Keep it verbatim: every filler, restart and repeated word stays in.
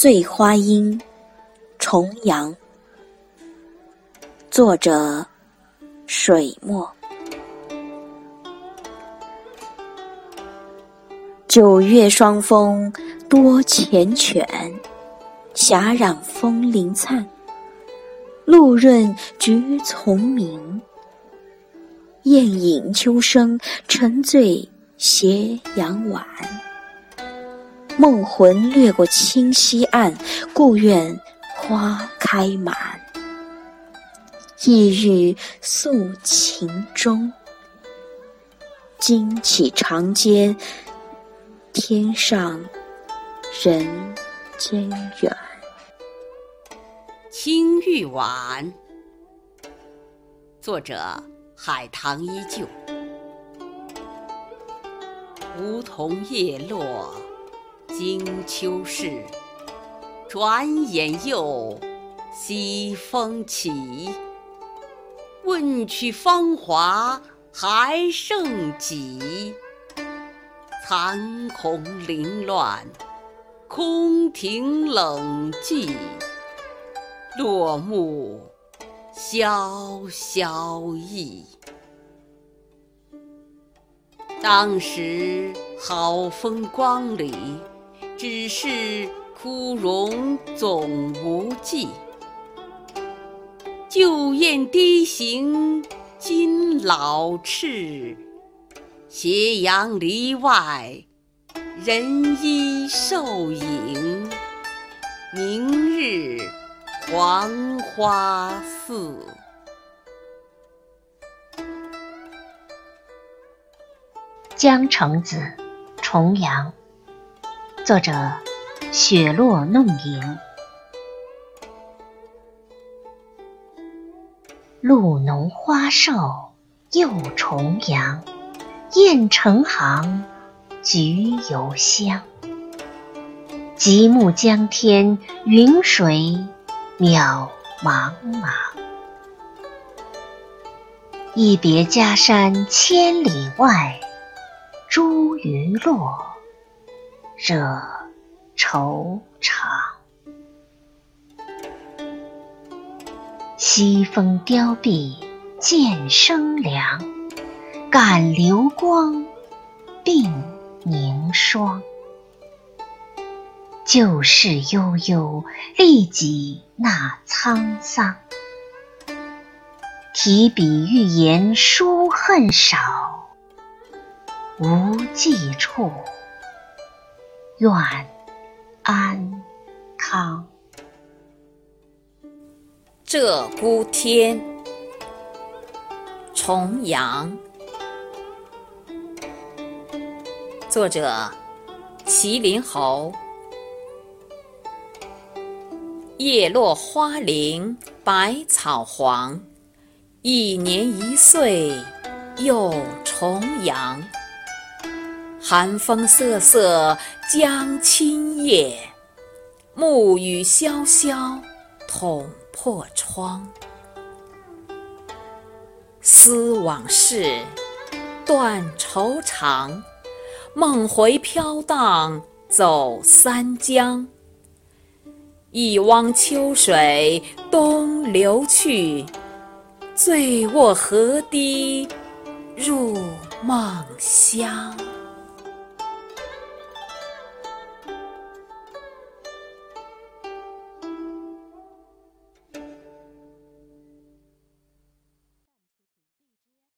醉花阴，重阳。作者水墨。九月霜风多缱绻，霞染枫林灿。露润菊丛明，燕引秋声，沉醉斜阳晚。梦魂掠过清溪岸，故愿花开满。一日诉情衷，惊起长街，天上人间远。 青玉碗，作者海棠依旧。梧桐叶落惊秋事，转眼又西风起。问去芳华还剩几？残红凌乱，空庭冷寂。落幕萧萧意。当时好风光里，只是枯荣总无际。旧雁低行今老翅，斜阳篱外人衣瘦影。明日黄花寺。 江城子，重阳。作者雪落弄萤。露浓花瘦又重阳，雁成行，菊犹香。极目江天云水渺茫茫，一别家山千里外，茱萸落，惹惆怅。西风凋碧渐生凉，感流光鬓凝霜。旧事悠悠，历几那沧桑。提笔欲言书恨少，无寄处，愿安康。 鹧鸪天，重阳。作者麒麟侯。叶落花零百草黄，一年一岁又重阳。寒风瑟瑟将侵夜，暮雨潇潇捅破窗。思往事，断愁肠，梦回飘荡走三江。一汪秋水东流去，醉卧河堤入梦乡。